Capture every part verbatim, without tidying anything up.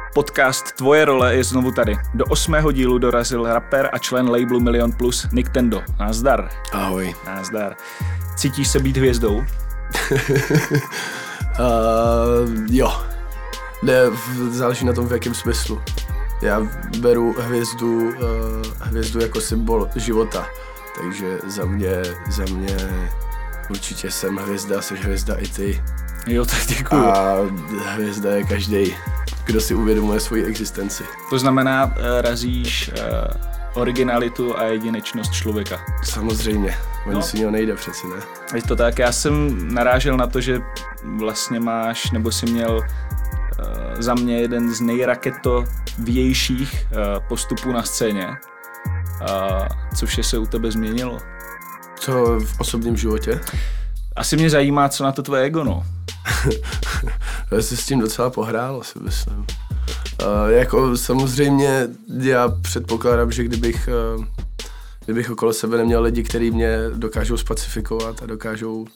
Podcast Tvoje role je znovu tady. Do osmého dílu dorazil rapper a člen labelu Milion Plus Niktendo. Nazdar. Ahoj. Nazdar. Cítíš se být hvězdou? uh, jo. Ne, záleží na tom, v jakém smyslu. Já beru hvězdu, uh, hvězdu jako symbol života. Takže za mě, za mě určitě jsem hvězda, jsi hvězda i ty. Jo, tak děkuju. A hvězda je každej, kdo si uvědomuje svoji existenci. To znamená, uh, razíš uh, originalitu a jedinečnost člověka. Samozřejmě, o no. nic jiného nejde přeci, ne? Je to tak, já jsem narážel na to, že vlastně máš, nebo jsi měl uh, za mě jeden z nejraketovějších uh, postupů na scéně. Uh, co vše se u tebe změnilo? Co v osobním životě? Asi mě zajímá, co na to tvoje ego, no. Já si s tím docela pohrál, si myslím. Uh, jako samozřejmě já předpokládám, že kdybych, uh, kdybych okolo sebe neměl lidi, kteří mě dokážou spacifikovat a dokážou uh,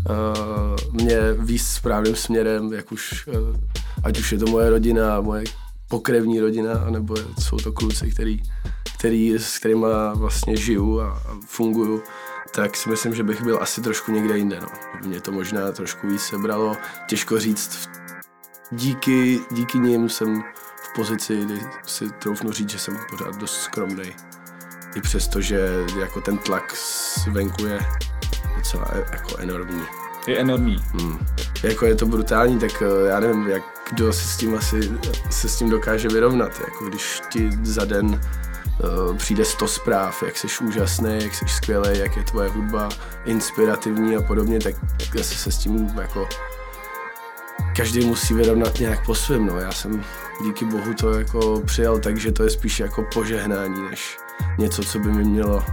mě víc správným směrem, jak už, uh, ať už je to moje rodina, moje pokrevní rodina, anebo jsou to kluci, který, který, s kterýma vlastně žiju a, a funguju, tak si myslím, že bych byl asi trošku někde jinde. No. Mě to možná trošku víc sebralo, těžko říct. Díky, díky nim jsem v pozici, kdy si troufnu říct, že jsem pořád dost skromnej. I přesto, že jako ten tlak zvenku je docela jako enormní. Je enormní. Hmm. Jako je to brutální, tak já nevím, jak kdo se s tím asi se s tím dokáže vyrovnat. Jako když ti za den uh, přijde sto zpráv, jak jsi úžasný, jak jsi skvělý, jak je tvoje hudba inspirativní a podobně, tak asi se s tím jako každý musí vyrovnat nějak po svém. No. Já jsem díky bohu to jako přijal tak, že to je spíš jako požehnání, než něco, co by mi mělo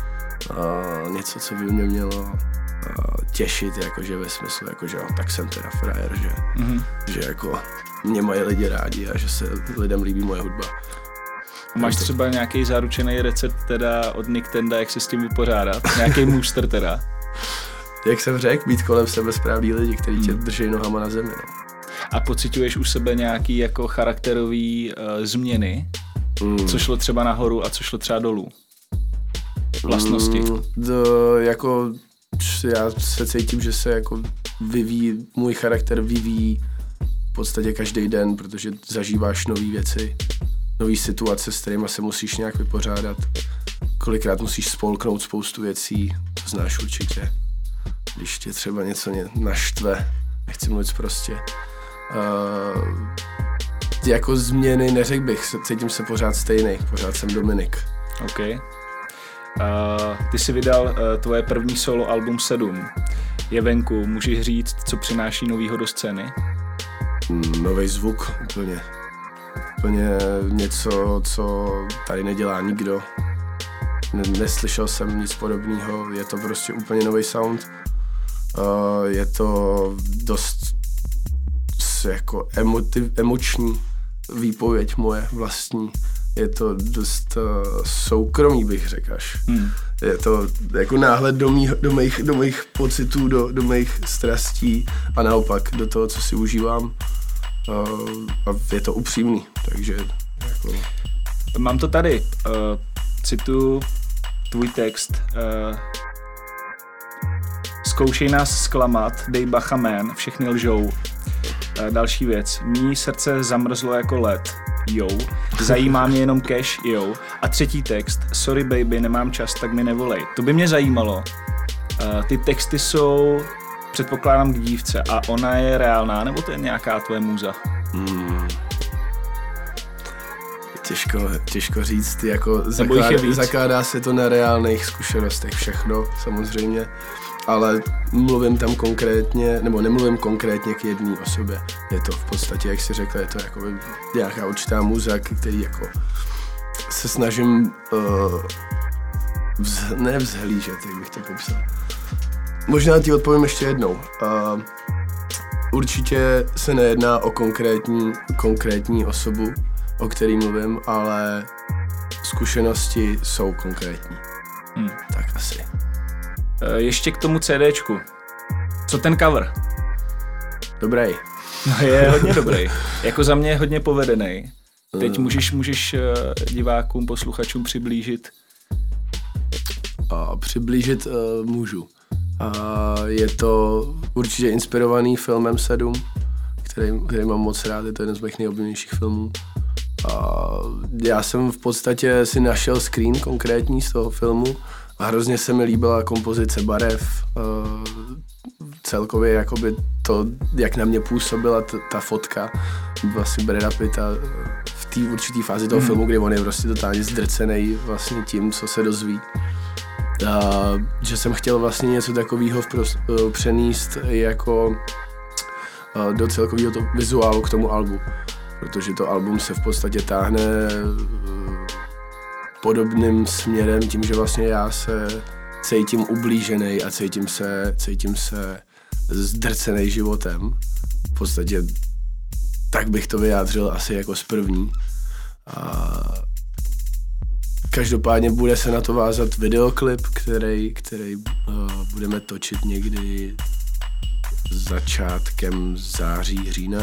uh, něco, co by mě mělo uh, těšit, jakože ve smyslu, jakože jo, tak jsem teda frajer, že, mm-hmm. že jako mě mají lidi rádi a že se lidem líbí moje hudba. Máš třeba nějaký zaručený recept teda od Niktenda, jak se s tím vypořádat? Nějaký muster teda? Jak jsem řekl, být kolem sebe správný lidi, kteří tě drží nohama na zemi. No. A pociťuješ u sebe nějaký jako charakterový uh, změny? Mm. Co šlo třeba nahoru a co šlo třeba dolů? Vlastnosti? Mm, to, jako, já se cítím, že se jako vyvíjí, můj charakter vyvíjí v podstatě každý den, protože zažíváš nové věci, nové situace, s kterými se musíš nějak vypořádat. Kolikrát musíš spolknout spoustu věcí, to znáš určitě. Když tě třeba něco naštve, nechci mluvit prostě. Uh, jako změny neřekl bych, cítím se pořád stejný, pořád jsem Dominik. OK. Uh, ty jsi vydal uh, tvoje první solo album sedm. Je venku, můžeš říct, co přináší novýho do scény? Mm, nový zvuk, úplně. Úplně něco, co tady nedělá nikdo. Neslyšel jsem nic podobného, je to prostě úplně nový sound. Uh, je to dost jako emotiv, emoční výpověď moje vlastní. Je to dost uh, soukromý, bych řekl až. Hmm. Je to jako náhled do, mých, do, mých, do mých pocitů, do, do mých strastí a naopak do toho, co si užívám. Uh, a je to upřímný, takže jako... Mám to tady. Uh, cituju tvůj text. Uh, Zkoušej nás zklamat, dej bacha man, všechny lžou. Uh, další věc. Mí srdce zamrzlo jako led. Jo. Zajímá mě jenom cash, jo. A třetí text. Sorry baby, nemám čas, tak mi nevolej. To by mě zajímalo. Uh, ty texty jsou, předpokládám, k dívce a ona je reálná, nebo to je nějaká tvoje můza? Hmm. Těžko, těžko říct, jako zakládá, zakládá se to na reálných zkušenostech všechno, samozřejmě, ale mluvím tam konkrétně, nebo nemluvím konkrétně k jedné osobě. Je to v podstatě, jak jsi řekl, je to jako nějaká určitá muza, který jako se snažím uh, vz, ne vzhlížet, jak bych to popsal. Možná ti odpovím ještě jednou. Uh, určitě se nejedná o konkrétní, konkrétní osobu, o který mluvím, ale zkušenosti jsou konkrétní. Hmm. Tak asi. E, ještě k tomu CDčku. Co ten cover? Dobrý. No je hodně dobrý. Jako za mě je hodně povedený. Teď můžeš, můžeš divákům, posluchačům přiblížit. A přiblížit uh, můžu. A je to určitě inspirovaný filmem sedm, který, který mám moc rád, je to jeden z mých nejoblíbenějších filmů. A já jsem v podstatě si našel screen konkrétní z toho filmu a hrozně se mi líbila kompozice barev, uh, celkově jakoby to, jak na mě působila t- ta fotka vlastně Brada Pitta v té určitý fázi toho mm. filmu, kdy on je prostě totálně zdrcenej vlastně tím, co se dozví. A, že jsem chtěl vlastně něco takového uh, přenést jako uh, do celkového to vizuálu k tomu albu, protože to album se v podstatě táhne uh, podobným směrem tím, že vlastně já se cítím ublížený a cítím se, cítím se zdrcenej životem. V podstatě tak bych to vyjádřil asi jako z první. A každopádně bude se na to vázat videoklip, který, který uh, budeme točit někdy začátkem září, října.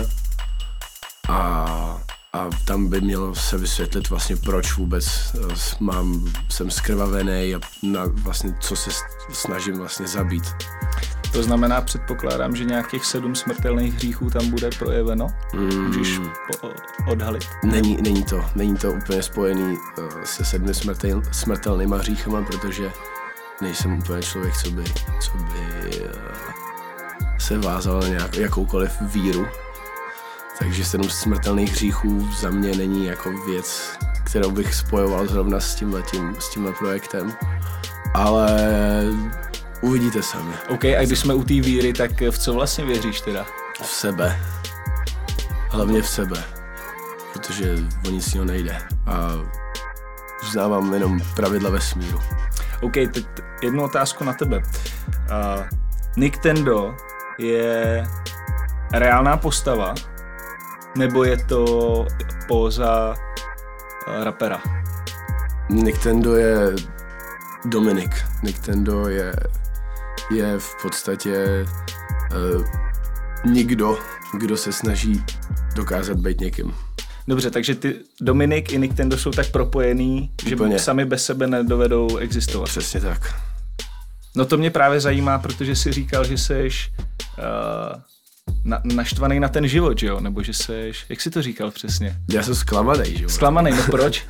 A, a tam by mělo se vysvětlit vlastně, proč vůbec uh, mám, jsem skrvavený a na, vlastně, co se snažím vlastně zabít. To znamená, předpokládám, že nějakých sedm smrtelných hříchů tam bude projeveno? Mm. Můžeš po- odhalit? Není, není to, není to úplně spojený uh, se sedmi smrtel, smrtelnýma hříchama, protože nejsem úplně člověk, co by, co by uh, se vázal na nějak, jakoukoliv víru. Takže sedm smrtelných hříchů za mě není jako věc, kterou bych spojoval zrovna s tímhletím, s tímhle projektem. Ale uvidíte sami. OK, a když jsme u té víry, tak v co vlastně věříš teda? V sebe. Hlavně v sebe. Protože o nic jiného nejde. A vznávám jenom pravidla vesmíru. OK, teď jednu otázku na tebe. Uh, Nick Tendo je reálná postava, nebo je to póza uh, rapera? Nick Tendo je Dominik. Nick Tendo je, je v podstatě uh, nikdo, kdo se snaží dokázat být někým. Dobře, takže ty Dominik i Nick Tendo jsou tak propojený, Úplně. že sami bez sebe nedovedou existovat. Přesně tak. No to mě právě zajímá, protože jsi říkal, že jsi uh, na, naštvaný na ten život, že jo? Nebo že jsi, jak jsi to říkal přesně? Já jsem zklamaný, že jo? Zklamaný, no proč?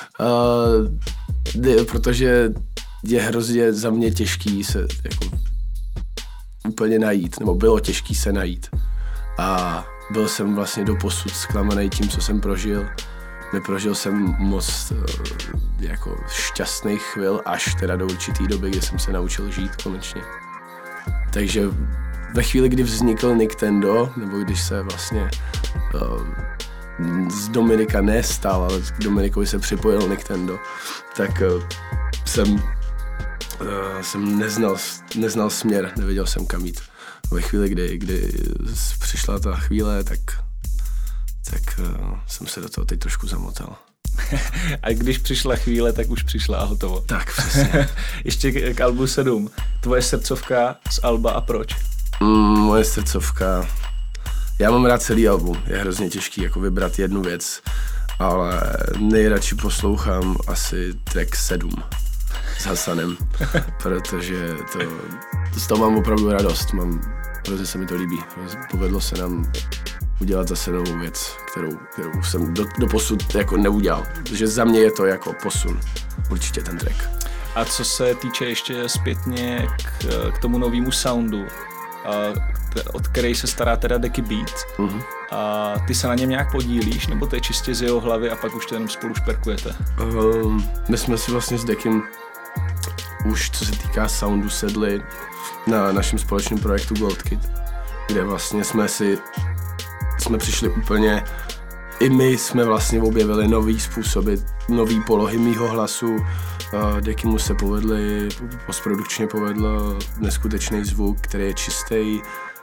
uh, protože je hrozně za mě těžký se jako úplně najít, nebo bylo těžký se najít. A byl jsem vlastně doposud zklamaný tím, co jsem prožil. Neprožil jsem moc uh, jako šťastných chvil, až teda do určitý doby, kdy jsem se naučil žít konečně. Takže ve chvíli, kdy vznikl Nick Tendo, nebo když se vlastně uh, z Dominika nestal, ale k Dominikovi se připojil Nick Tendo, tak uh, jsem, uh, jsem neznal, neznal směr, nevěděl jsem kam jít. Ve chvíli, kdy, kdy přišla ta chvíle, tak, tak uh, jsem se do toho teď trošku zamotal. A když přišla chvíle, tak už přišla a hotovo. Tak, přesně. Ještě k, k albu sedm. Tvoje srdcovka z alba a proč? Mm, moje srdcovka... Já mám rád celý album. Je hrozně těžký jako vybrat jednu věc, ale nejradši poslouchám asi track sedm s Hasanem, protože to, z toho mám opravdu radost. Mám, protože se mi to líbí. Povedlo se nám udělat zase novou věc, kterou, kterou jsem do, do posud jako neudělal. Protože za mě je to jako posun. Určitě ten track. A co se týče ještě zpětně k, k tomu novému soundu, od který se stará teda Deky Beats, uh-huh. a ty se na něm nějak podílíš, nebo to je čistě z jeho hlavy a pak už to jenom spolu šperkujete? Um, my jsme si vlastně s Dekym už co se týká soundu sedli na našem společném projektu Gold Kid, kde vlastně jsme si jsme přišli úplně, i my jsme vlastně objevili nový způsoby, nový polohy mýho hlasu. Dekymu se povedli, postprodukčně povedl neskutečný zvuk, který je čistý.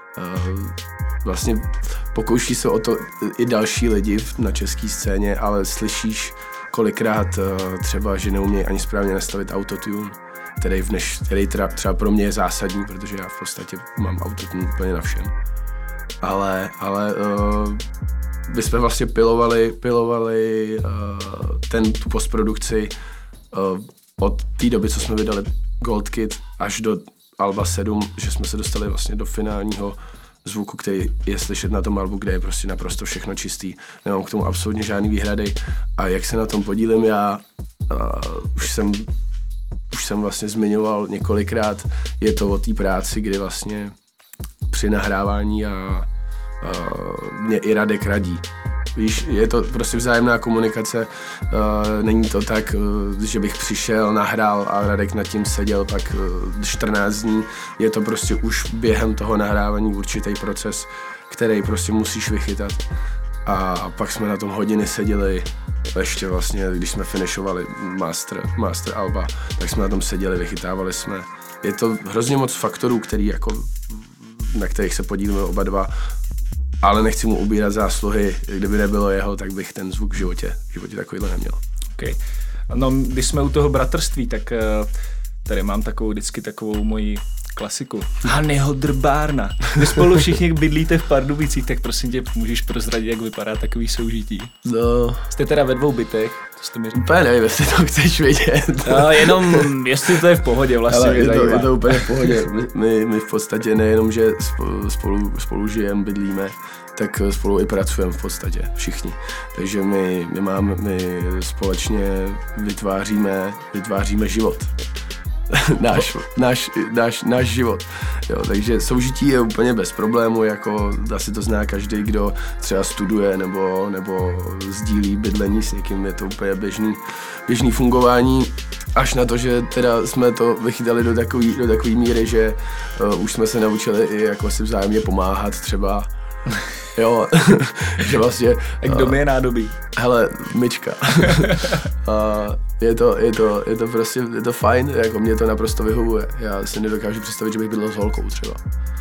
Vlastně pokouší se o to i další lidi na české scéně, ale slyšíš kolikrát třeba, že neumějí ani správně nastavit autotune, který, v dneš, který třeba pro mě je zásadní, protože já v podstatě mám autotune úplně na všem. ale, ale uh, my jsme vlastně pilovali, pilovali uh, ten, tu postprodukci uh, od té doby, co jsme vydali Gold Kid, až do Alba sedm, že jsme se dostali vlastně do finálního zvuku, který je slyšet na tom albu, kde je prostě naprosto všechno čistý. Nemám k tomu absolutně žádný výhrady a jak se na tom podílím já, uh, už jsem už jsem vlastně zmiňoval několikrát, je to o té práci, kdy vlastně při nahrávání a, a mě i Radek radí. Víš, je to prostě vzájemná komunikace, uh, není to tak, uh, že bych přišel, nahrál a Radek nad tím seděl pak uh, čtrnáct dní, je to prostě už během toho nahrávání určitý proces, který prostě musíš vychytat. A pak jsme na tom hodiny seděli, ještě vlastně, když jsme finishovali master, master alba, tak jsme na tom seděli, vychytávali jsme. Je to hrozně moc faktorů, který jako, na kterých se podílíme oba dva, ale nechci mu ubírat zásluhy, kdyby nebylo jeho, tak bych ten zvuk v životě, v životě takovýhle neměl. Okay. No, když jsme u toho bratrství, tak tady mám takovou vždycky takovou moji klasiku. Hanyho drbárna. Vy spolu všichni bydlíte v Pardubicích, tak prosím tě, můžeš prozradit, jak vypadá takový soužití? No. Jste teda ve dvou bytech, to jste mi říkal. Úplně nevím, jestli to chceš vědět. No, jenom, jestli to je v pohodě, vlastně ale mě je to, zajímá. je to úplně v pohodě. My, my, my v podstatě nejenom, že spolu, spolu žijeme, bydlíme, tak spolu i pracujeme v podstatě, všichni. Takže my, my, máme, my společně vytváříme, vytváříme život. náš, náš, náš, náš život. Jo, takže soužití je úplně bez problému, jako asi to zná každý, kdo třeba studuje nebo, nebo sdílí bydlení s někým, je to úplně běžný, běžný fungování, až na to, že teda jsme to vychytali do takový, do takový míry, že uh, už jsme se naučili i jako si vzájemně pomáhat třeba. Jo, že vlastně... A kdo mi je nádobí? Hele, myčka. A je to, je to, je to prostě, je to fajn, jako mě to naprosto vyhovuje. Já si nedokážu představit, že bych bydlel s holkou třeba.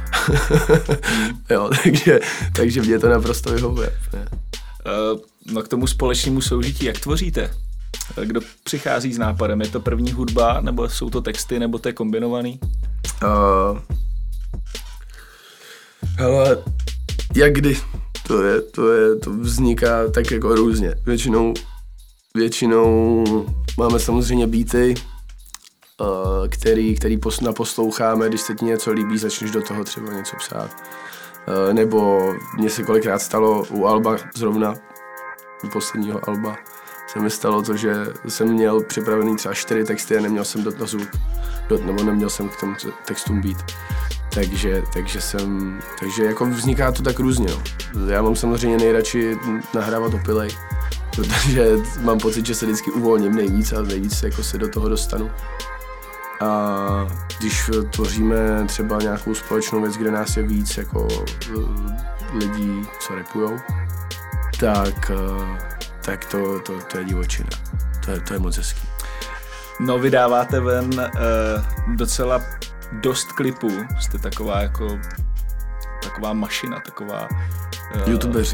Jo, takže, takže mě to naprosto vyhovuje. Uh, no k tomu společnému soužití, jak tvoříte? Kdo přichází s nápadem? Je to první hudba, nebo jsou to texty, nebo to je kombinovaný? Uh, hele, jak kdy? To je, to je, to vzniká tak jako různě. Většinou, většinou máme samozřejmě beaty, uh, který, který pos, naposloucháme, když se ti něco líbí, začneš do toho třeba něco psát. Uh, nebo mně se kolikrát stalo u alba zrovna, u posledního alba, se mi stalo to, že jsem měl připravený třeba čtyři texty a neměl jsem do toho zvuk, do, nebo neměl jsem k tomu textům beat. Takže, takže jsem, takže jako vzniká to tak různě, no. Já mám samozřejmě nejradši nahrávat opilej, protože mám pocit, že se vždycky uvolním nejvíc a nejvíc jako se do toho dostanu. A když tvoříme třeba nějakou společnou věc, kde nás je víc jako lidí, co rapujou, tak, tak to, to, to je divočina. To je, to je moc hezký. No, vydáváte ven uh, docela dost klipů, jste taková jako taková mašina, taková uh, YouTubeři.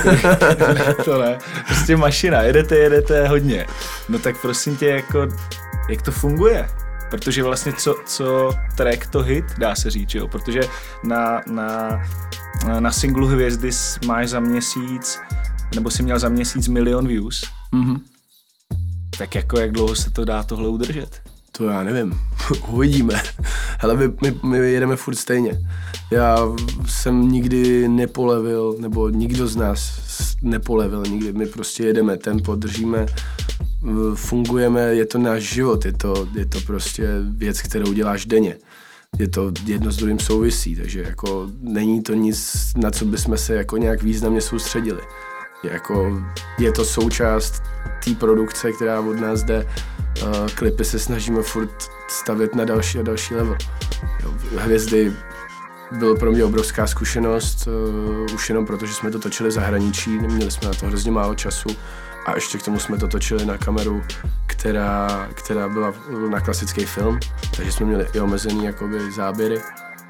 To ne, prostě mašina, jedete, jedete hodně. No tak prosím tě, jako, jak to funguje? Protože vlastně co, co track to hit, dá se říct, jo? Protože na, na, na singlu Hvězdy máš za měsíc, nebo jsi měl za měsíc milion views. Mm-hmm. Tak jako jak dlouho se to dá tohle udržet? To já nevím, uvidíme. Hele, my, my, my jedeme furt stejně. Já jsem nikdy nepolevil, nebo nikdo z nás nepolevil nikdy. My prostě jedeme tempo, držíme, fungujeme, je to náš život, je to, je to prostě věc, kterou děláš denně. Je to jedno s druhým souvisí, takže jako není to nic, na co bychom se jako nějak významně soustředili. Jako je to součást té produkce, která od nás jde. Uh, klipy se snažíme furt stavět na další a další level. Jo, Hvězdy byl pro mě obrovská zkušenost, uh, už jenom proto, že jsme to točili v zahraničí, neměli jsme na to hrozně málo času a ještě k tomu jsme to točili na kameru, která, která byla na klasický film, takže jsme měli i omezený jakoby záběry.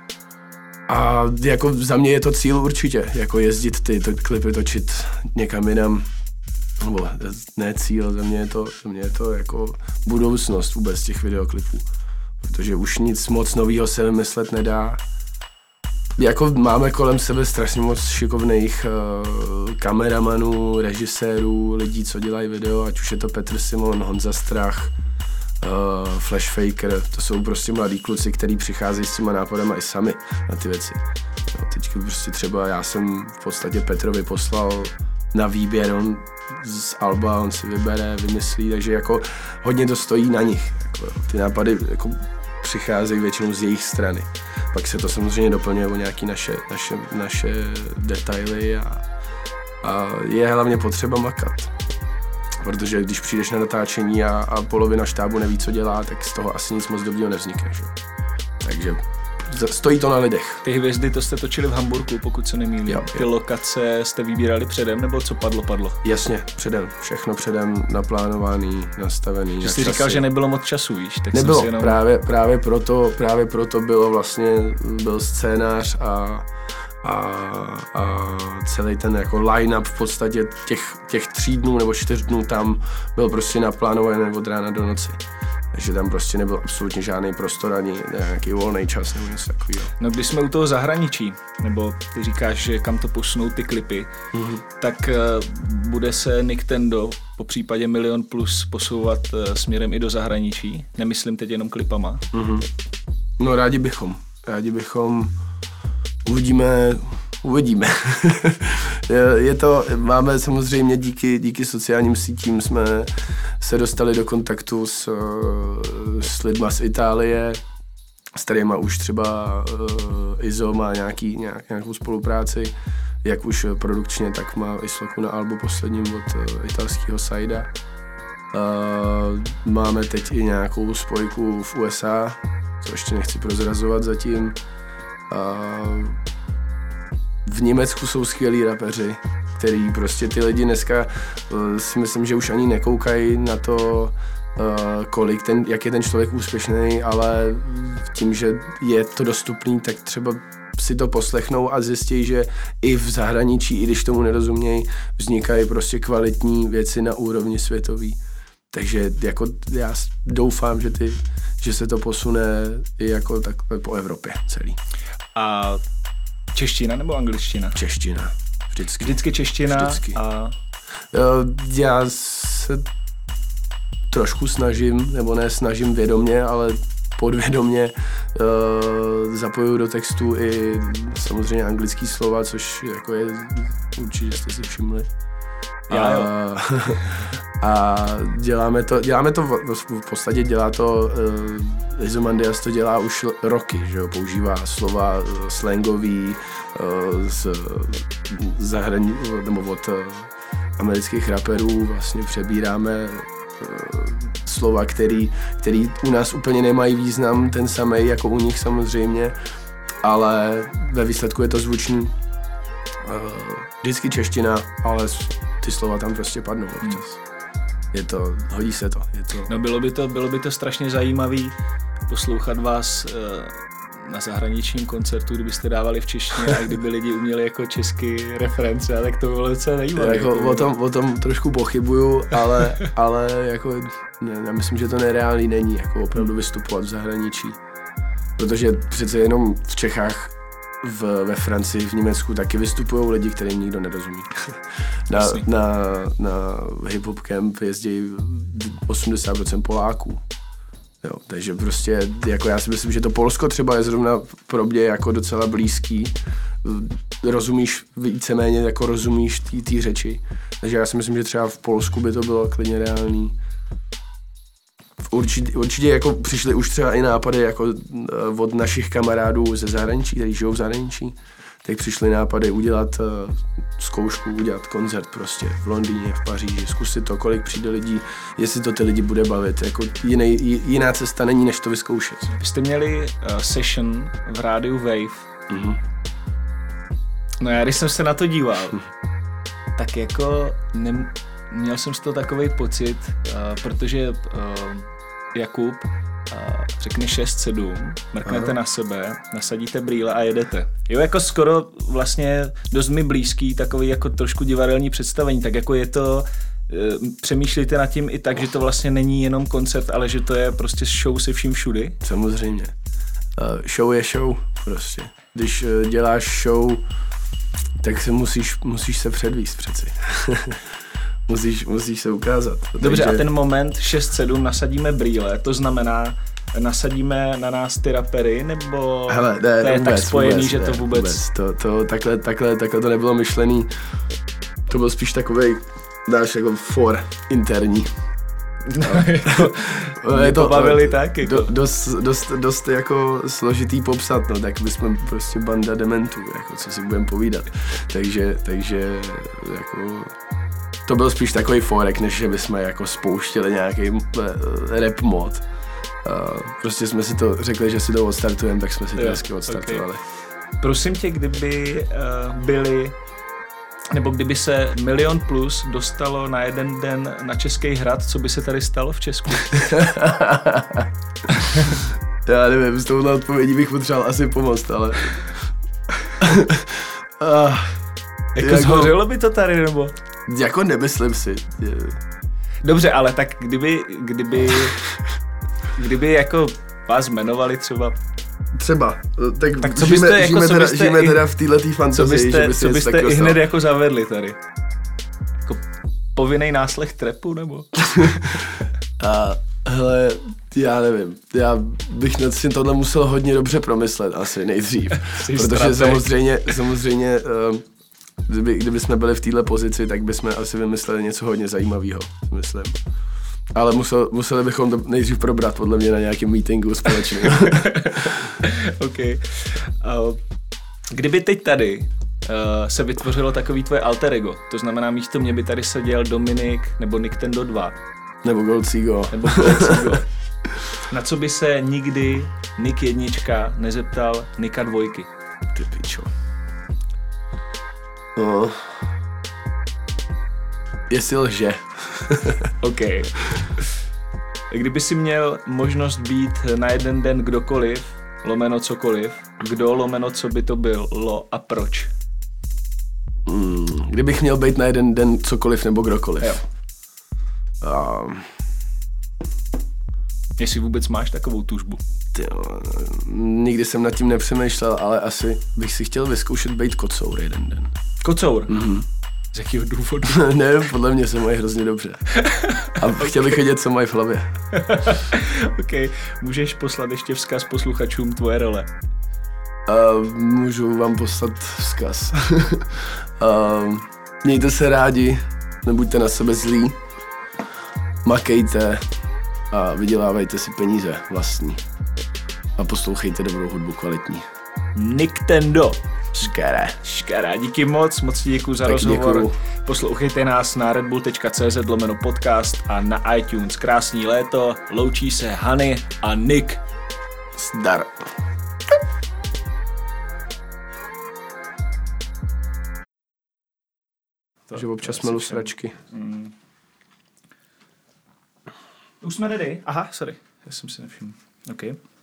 A jako za mě je to cíl určitě, jako jezdit ty to, klipy točit někam jinam. Nebo ne cíl, za mě je to, za mě je to jako budoucnost vůbec těch videoklipů. Protože už nic moc novýho se vymyslet nedá. jako máme kolem sebe strašně moc šikovných uh, kameramanů, režisérů, lidí, co dělají video, ať už je to Petr Simon, Honza Strach, uh, Flash Faker, to jsou prostě mladí kluci, kteří přicházejí s těma nápadama i sami na ty věci. No, teďka prostě třeba já jsem v podstatě Petrovi poslal na výběr, on z alba, on si vybere, vymyslí, takže jako hodně to stojí na nich. Jako, ty nápady jako přicházejí většinou z jejich strany. Pak se to samozřejmě doplňuje o nějaké naše, naše, naše detaily a, a je hlavně potřeba makat. Protože když přijdeš na natáčení a, a polovina štábu neví, co dělá, tak z toho asi nic moc dobrýho nevznikne. Že? Takže stojí to na lidech. Ty hvězdy, to jste točili v Hamburku, pokud se nemýlím. Jo, Ty jo. lokace jste vybírali předem, nebo co padlo, padlo? Jasně, předem. Všechno předem naplánovaný, nastavený. Že jsi říkal, že nebylo moc času, víš? Tak Nebylo, jsem si jenom... právě, právě, proto, právě proto bylo vlastně, byl scénář a, a, a celý ten jako line-up v podstatě těch, těch tří dnů nebo čtyř dnů tam byl prostě naplánovaný od rána do noci. Takže tam prostě nebyl absolutně žádný prostor ani nějaký volný čas nebo něco takového. No když jsme u toho zahraničí, nebo ty říkáš, že kam to posunou ty klipy, mm-hmm. tak uh, bude se Nintendo po případě Milion Plus posouvat uh, směrem i do zahraničí? Nemyslím teď jenom klipama. Mm-hmm. No rádi bychom. Rádi bychom. Uvidíme, uvidíme. je to, máme samozřejmě díky, díky sociálním sítím jsme se dostali do kontaktu s, s lidma z Itálie, s kterýma už třeba uh, Izo má nějaký, nějak, nějakou spolupráci, jak už produkčně, tak má i sloku na albu posledním od uh, italského Saida. Uh, máme teď i nějakou spojku v U S A, co ještě nechci prozrazovat zatím. Uh, v Německu jsou skvělí rapeři, který prostě ty lidi dneska uh, si myslím, že už ani nekoukají na to, uh, kolik ten, jak je ten člověk úspěšný, ale tím, že je to dostupný, tak třeba si to poslechnou a zjistí, že i v zahraničí, i když tomu nerozumějí, vznikají prostě kvalitní věci na úrovni světový. Takže jako já doufám, že, ty, že se to posune i jako takhle po Evropě celý. A čeština nebo angličtina? Čeština. Vždycky. Vždycky čeština. Vždycky. A... Já se trošku snažím, nebo ne snažím vědomě, ale podvědomě uh, zapojuju do textu i samozřejmě anglický slova, což jako je, určitě jste si všimli. Já jo. A děláme to, děláme to v, v podstatě dělá to, uh, Izomandias to dělá už roky, že jo, používá slova uh, slangový uh, z zahrani, nebo od uh, amerických raperů, vlastně přebíráme uh, slova, který, který u nás úplně nemají význam, ten samej jako u nich samozřejmě, ale ve výsledku je to zvučný. Uh, vždycky čeština, ale ty slova tam prostě padnou občas. Hmm. Je to, hodí se to, je to. No bylo by to, bylo by to strašně zajímavý poslouchat vás uh, na zahraničním koncertu, kdybyste dávali v češtině a kdyby lidi uměli jako česky reference, tak to bylo docela zajímavé. Jako o, tom, o tom trošku pochybuju, ale, ale jako, ne, já myslím, že to nereálný není, jako opravdu vystupovat v zahraničí. Protože přece jenom v Čechách, v, ve Francii, v Německu taky vystupují lidi, kterým nikdo nerozumí. Na, na, na hip-hop camp jezdí osmdesát procent Poláků. Jo, takže prostě, jako já si myslím, že to Polsko třeba je zrovna pro mě jako docela blízký. Rozumíš víceméně, jako rozumíš té řeči. Takže já si myslím, že třeba v Polsku by to bylo klidně reálný. Určitě, určitě jako přišly už třeba i nápady jako od našich kamarádů ze zahraničí, kteří žijou v zahraničí, tak přišly nápady udělat uh, zkoušku, udělat koncert prostě v Londýně, v Paříži, zkusit to, kolik přijde lidí, jestli to ty lidi bude bavit. Jako jiný, jiná cesta není, než to vyzkoušet. Vy jste měli uh, session v rádiu Wave. Mm-hmm. No já když jsem se na to díval, hm. tak jako nem, měl jsem z toho takovej pocit, uh, protože uh, Jakub uh, řekne šest sedm, mrknete na sebe, nasadíte brýle a jedete. Jo, jako skoro vlastně dost mi blízký, takový jako trošku divadelní představení, tak jako je to, uh, přemýšlíte nad tím i tak, že to vlastně není jenom koncert, ale že to je prostě show se vším všudy? Samozřejmě. Uh, show je show, prostě. Když uh, děláš show, tak se musíš, musíš se předvíst přeci. musíš, musíš se ukázat. Dobře, takže... a ten moment šest sedm nasadíme brýle, to znamená, nasadíme na nás ty rapery, nebo hele, ne, to je vůbec, tak spojený, vůbec, že ne, to vůbec... vůbec. To, to, takhle, takhle, takhle to nebylo myšlený. To byl spíš takovej, dáš jako for interní. No, mě to pobavili tak, jako. Do, dost, dost, dost jako složitý popsat, no, tak bychom prostě banda dementů, jako co si budeme povídat. Takže, takže jako... To byl spíš takový forek, než že bychom jako spouštěli nějaký rap mod. Uh, prostě jsme si to řekli, že si to odstartujeme, tak jsme si to jo, hezky odstartovali. Okay. Prosím tě, kdyby uh, byli, nebo kdyby se Milion Plus dostalo na jeden den na Český hrad, co by se tady stalo v Česku? Já nevím, s touhle odpovědí bych potřeboval asi pomoct, ale... uh, jako, jako zhořelo by to tady, nebo? Jako nemyslím si. Dobře, ale tak kdyby, kdyby, kdyby jako vás jmenovali třeba... Třeba, tak, tak co žijeme, byste, žijeme, jako, teda, byste žijeme i, teda v této fantazii, co byste, že by co byste i hned dostal. jako zavedli tady? Jako povinnej náslech trapu, nebo? A hele, já nevím, já bych nad si tohle musel hodně dobře promyslet asi nejdřív, protože strateg. samozřejmě, samozřejmě um, kdyby, kdyby jsme byli v této pozici, tak bychom asi vymysleli něco hodně zajímavého, myslím. Ale musel, museli bychom to nejdřív probrat podle mě na nějakém meetingu společně. OK. Uh, kdyby teď tady uh, se vytvořilo takový tvoje alter ego, to znamená místo mě by tady seděl Dominik nebo Nintendo dva. Nebo Golcigo. Nebo Golcigo. Na co by se nikdy Nick jednička nezeptal Nika dvojky? Ty pičo. No. Jestli lže. OK. Kdyby si měl možnost být na jeden den kdokoliv, lomeno cokoliv, kdo lomeno co by to bylo a proč? Hmm, kdybych měl být na jeden den cokoliv nebo kdokoliv. Jo. Um, Jestli vůbec máš takovou tužbu. Tyjo, nikdy jsem nad tím nepřemýšlel, ale asi bych si chtěl vyzkoušet být kocour jeden den. Kocour? Mhm. Z jakého důvodu? Ne, podle mě se mají hrozně dobře. A okay. Chtěl bych vědět, co mají v hlavě. OK, můžeš poslat ještě vzkaz posluchačům tvoje role? Uh, můžu vám poslat vzkaz. uh, mějte se rádi, nebuďte na sebe zlí, makejte a vydělávejte si peníze vlastní. A poslouchejte dobrou hudbu kvalitní. Nintendo. Škere. Škere, díky moc, moc ti děkuju za tak rozhovor. Děkuju. Poslouchejte nás na redbull tečka cz lomeno podcast a na iTunes. Krásný léto, loučí se Hany a Nick. Zdar. To, že občas melu sračky. Mm. Už jsme ready? Aha, sorry, já jsem si nevšiml. OK.